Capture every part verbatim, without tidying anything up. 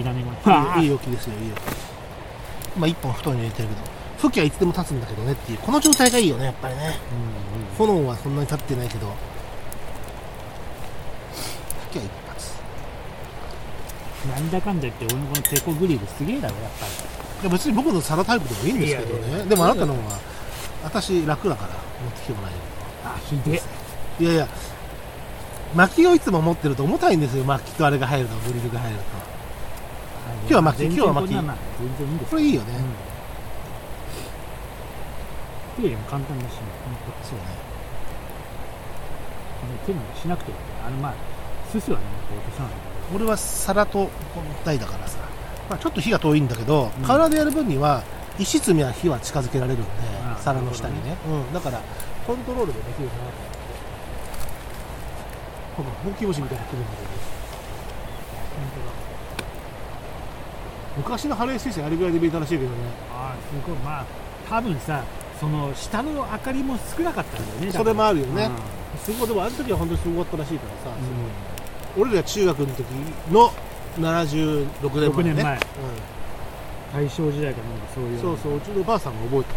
だねいいいい沖ですよ、いいよ。まあいっぽん太いの入れてるけど、吹きはいつでも立つんだけどねっていう、この状態がいいよねやっぱりね、うんうん、炎はそんなに立ってないけど吹きは一発。 なんだかんだ言って俺のこのテコグリルすげえだろやっぱり。 いや別に僕の皿タイプでもいいんですけどね。いやいやいや、でもあなたの方が私楽だから持ってきてもらえる。 あ、ひでえ。いやいや、薪をいつも持ってると重たいんですよ。薪とあれが入ると、グリルが入ると。今日は薪、今日は薪。全然いいんです。これいいよね。 うん、手入れも簡単だし、ね、 そうね。 手もしなくていい。あのまあすすはね、落とさない。 俺は皿と台だからさ、まあ、ちょっと火が遠いんだけど、うん、瓦でやる分には石積みは火は近づけられるんで、皿の下にね、うん、だからコントロールでできるかなと思って。ほうき星みたいな来るんだけど、昔のハレー彗星あれぐらいで見えたらしいけどね。 ああ、すごい。まあ多分さ、その下の明かりも少なかったんだよね。 それもあるよね。すごい。でもあの時は本当にすごかったらしいからさ、うん、俺ら中学の時のななじゅうろくねんまえね。ろくねんまえ、うん、 大正時代かなんかそういう。 そうそう、うちのおばあさんが覚えて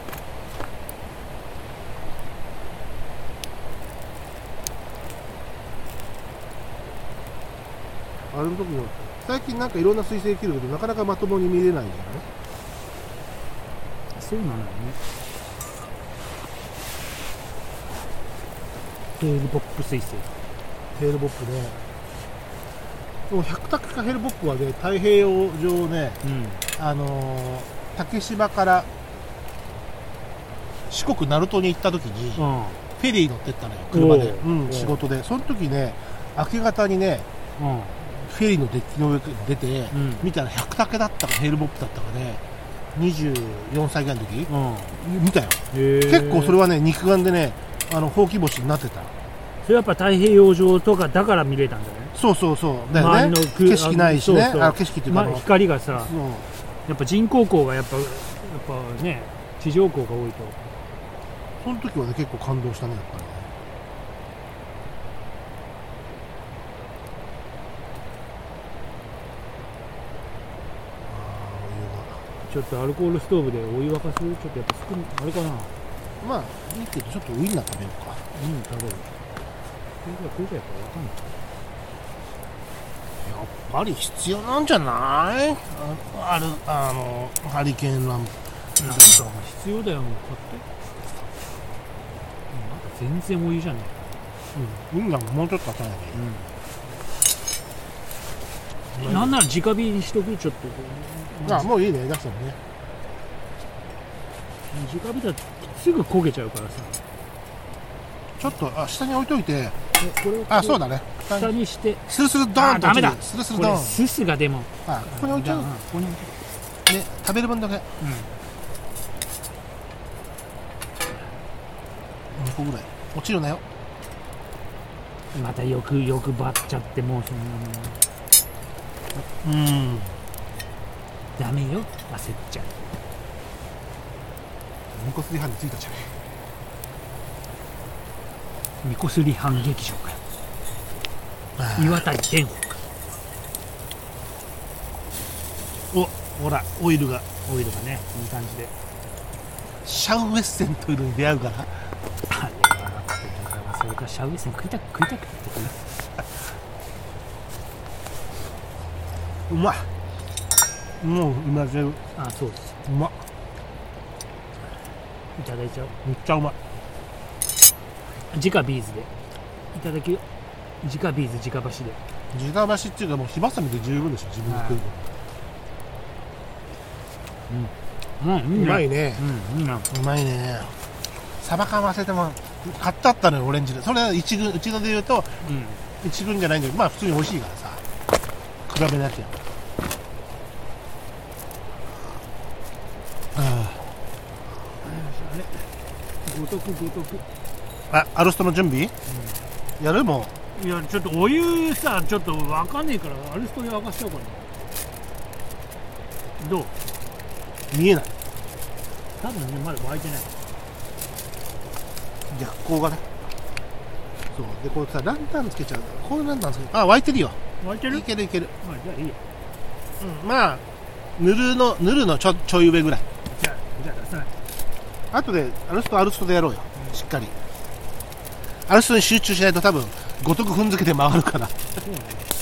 た。あれの時の最近なんかいろんな彗星切るけどなかなかまともに見れないじゃない。 そうなのよね。ヘールボップ彗星。 ヘールボップね。でも百卓かヘールボップはね、太平洋上ね、うん、あのー、竹芝から四国鳴門に行った時に、うん、フェリー乗ってったのよ、車で、うん、仕事で。その時ね、明け方にね、うん、フェリーのデッキの上出て、うん、見たら百竹だったかヘールボップだったかね、にじゅうよんさいぐらいの時、うん、見たよ。結構それはね、肉眼でね、あのほうき星になってた。 それやっぱ太平洋上とかだから見れたんじゃない？ そうそうそうだよね。景色ないしね。そうそう、あ、景色っていうか、まあ、 光がさ、やっぱ人工光がやっぱやっぱね、地上光が多いと。 その時はね、結構感動したね、やっぱりね。 ちょっとアルコールストーブでお湯沸かす。ちょっとやっぱ少ないあれかな。 まあいいけど、ちょっとウインナー食べようか。 うん、食べる。これがこれがやっぱ分かんない。 やっぱり必要なんじゃない？あ, あるあのハリケーンランプ。 なんか必要だよ、もう買って。なんか全然お湯じゃねえ。うん、ウインナーももうちょっと足らないでいい。 うん、なんなら直火にしとく。ちょっとあ、もういいね、出したのね。 直火だとすぐ焦げちゃうからさ。 ちょっとあ下に置いといて、 これあ、そうだね、 下にしてスルスルドーンと。 ダメだ、 スルスルドーン。 ススがでも、 あ、ここに置いちゃう。ここに置いちゃう。ね、食べる分だけ。うん。にこぐらい落ちるなよ。 またよくよくばっちゃってもうそんな。うん。 ダメよ、焦っちゃう。 みこすり犯についたじゃねえ。みこすり犯劇場かよ。岩谷天保か。 お、ほらオイルがオイルがね、いい感じで。 シャウエッセンというのに出会うから。あれはそれからシャウエッセン食いたく食いたくってくる。 うまい。もううまぜる。 あ、そうです。 うまっ。 いただいちゃう。 めっちゃうまい。 直ビーズでいただきよ。直ビーズ直箸で。 直箸っていうかもう火ばさみで十分でしょ、自分で食うの。うん、うん、うまいね。うん、いいな。うまいね。サバ缶忘れても買ってあったのよ、オレンジで。それは一軍、うちので言うと、うん、一軍じゃないんだけど、まあ普通に美味しいからさ、比べなきゃ。ああ、 ごとくごとく。 あ、アルストの準備、うん、やるもん。いや、ちょっとお湯さ、ちょっとわかんねえからアルストで沸かしちゃおうかな。どう？ 見えない。 多分ね、まだ沸いてない。 逆光がね。そうで、こうさ、ランタンつけちゃう。こういうランタンつけちゃう。あ、沸いてるよ。 沸いてる？ いけるいける。 まあ、じゃあいいや。 うん、まあ塗るの塗るのちょちょい上ぐらい。 じゃあじゃあ出さない。 あとでアルストアルストでやろうよ、うん、しっかりアルストに集中しないと多分ごとく踏んづけて回るから。そうね、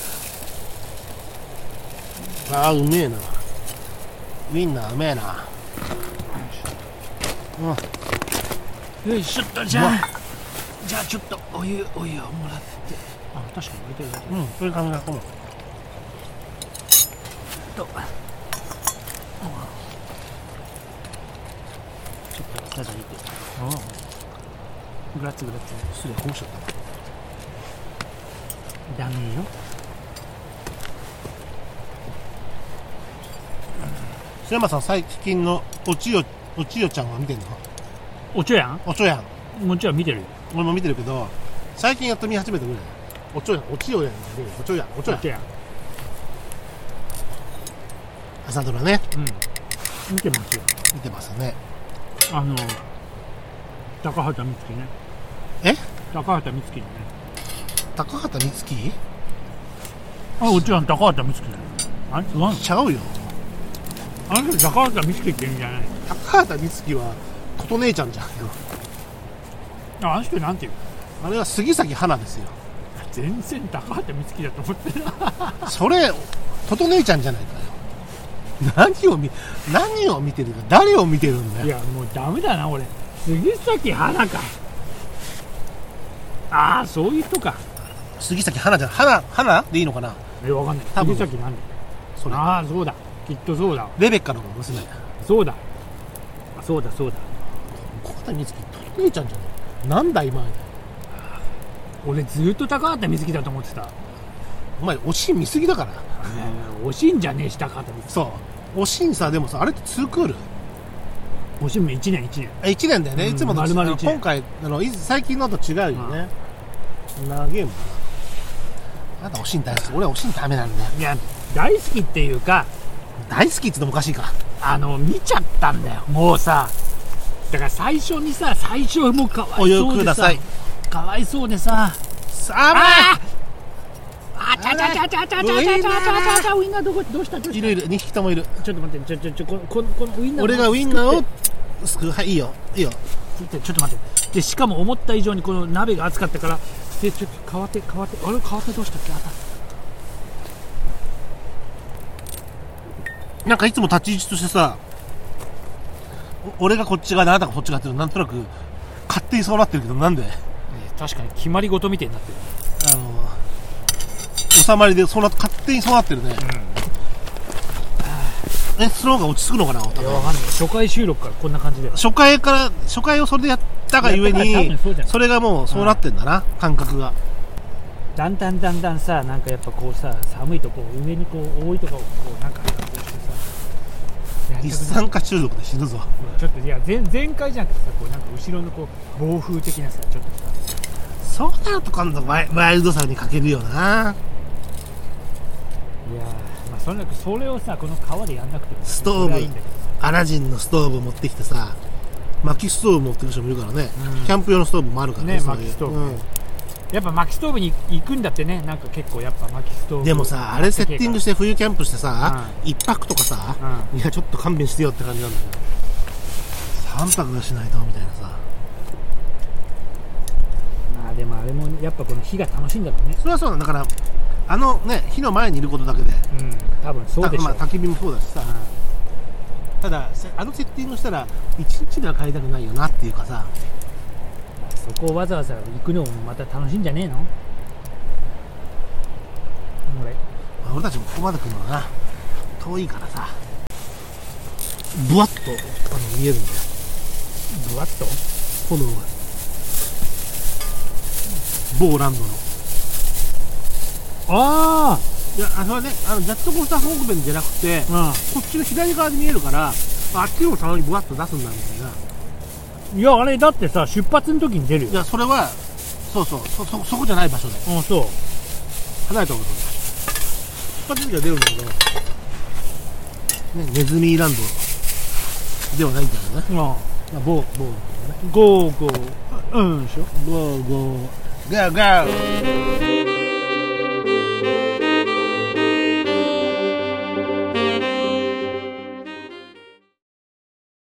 あーうめえな、ウインナーうめえな。 うん、よいしょっと、じゃあじゃあちょっとお湯お湯をもらって、あ、確かに入れてるだけ。 うん、そういう感じだと思う。 とちょっといただいて、ああグラッツグラッツ、 失礼、こぼしちゃった。 ダメよ。 須山さん、最近のおちよおちよちゃんは見てんの？ おちょやんおちょやん、 もちろん見てるよ。 俺も見てるけど、最近やっと見始めたぐらい。おちょやん、おちよやん、おちょやん、おちょやん。 おちょやん。 朝ドラね。 うん。見てますよ。 見てますね。 あの高畑充希ね。 え？ 高畑充希ね。 高畑充希？ あ、おちろん高畑充希ね。あれ違うの？ ちゃうよ。 あの人高畑充希って言うんじゃない？ 高畑充希は琴姉ちゃんじゃんよ。 あ、あの人なんていう？ あれは杉咲花ですよ。 全然高畑充希だと思ってる。 それ琴姉ちゃんじゃないかよ。何を見何を見てるか、誰を見てるんだよ。 いやもうダメだな俺。杉咲花か。ああ、そういう人か。 杉咲花じゃん、花花でいいのかな。 え、わかんない。 多分杉咲何？ それああ、そうだ、きっとそうだ、 レベッカの娘。 そうだ、あ、そうだそうだ。 高畑充希琴姉ちゃんじゃない。なんだ今。 俺ずっと高畑充希だと思ってた。 お前おしん見すぎだから。 おしんじゃねえし、高畑充希。 そう、おしんさ、でもさ、あれってツークール、 おしんもいちねんいちねん。 えいちねんだよね、 うん、 いつもと丸々いちねん。 今回あの最近のと違うよね。長えもんな。まだおしん大好き。俺はおしんダメなんだよ。 いや大好きっていうか、 大好きって言ってもおかしいか。 あの見ちゃったんだよもうさ。だから最初にさ、最初もうかわいそうでさ、 お湯ください。 かわいそうでさ、 さああちゃちゃちゃちゃちゃちゃちゃちゃちゃちゃちゃ、ウインナーどこどうしたどうした。 いるいる、にひきともいる。 ちょっと待って、ちょちょちょこここのウインナー、 俺がウインナーをすくう。はい、いいよいいよ。 ちょっと待って。でしかも思った以上にこの鍋が熱かったから、でちょっと変わって変わって、あれ変わってどうしたっけ。あたなんかいつも立ち位置としてさ、俺がこっち側であなたがこっち側っていうのなんとなく勝手にそうなってるけど、なんで？ 確かに決まり事みたいになってる。 あの収まりでそうな勝手にそうなってるね。うん、え、その方が落ち着くのかな。 いやわかんない。初回収録からこんな感じで。 初回から初回をそれでやったがゆえに、そ, それがもうそうなってんだな、うん、感覚が。 だんだんだんだんさ、なんかやっぱこうさ、寒いとこう上にこう多いとかをこうなんかこうしてさ、 一酸化中毒で死ぬぞ。 ちょっといや 前, 前回じゃなくてさ、こうなんか後ろのこう暴風的なさ、ちょっとさ、 そうなると今度ワイワイルドさに欠けるよな。 いやー、まあそれそれをさ、この川でやんなくてもストーブ、アラジンのストーブ持ってきてさ、薪ストーブ持ってくる人もいるからね、うん、キャンプ用のストーブもあるからね、 ね、薪ストーブ、うん、やっぱ薪ストーブに行くんだってね。なんか結構やっぱ薪ストーブでもさ、あれセッティングして冬キャンプしてさ、いっぱくとかさ、うん、いやちょっと勘弁してよって感じなんだけど、さんぱくがしないとみたいなさ。 まあでもあれもやっぱこの火が楽しいんだろうね。 それはそうなんだから、あのね、火の前にいることだけで、うん、 多分そうでしょう。 まあ焚き火もそうだしさ、うん、ただあのセッティングしたらいちにちでは帰りたくないよなっていうかさ、 そこをわざわざ行くのもまた楽しいんじゃねえの。俺、 まあ、俺たちもここまで来るのはな、遠いからさ、ブワッとあの見えるんだよ。 ブワッと炎が某ランドの。 ああ、 いや、あれはね、あのジャットコースター方面じゃなくて、うん、こっちの左側で見えるから、あっちをたまにブワッと出すんだみたいな。 いや、あれだってさ、出発の時に出るよ。 いや、それはそうそう、そ, そ, そこじゃない場所で。 ああ、そう、 離れたところで出発の時は出るんだけど、ね、ネズミランドではないんだよね。ああ、某某ゴーゴー、うんでしょ。 ゴーゴーゴーゴー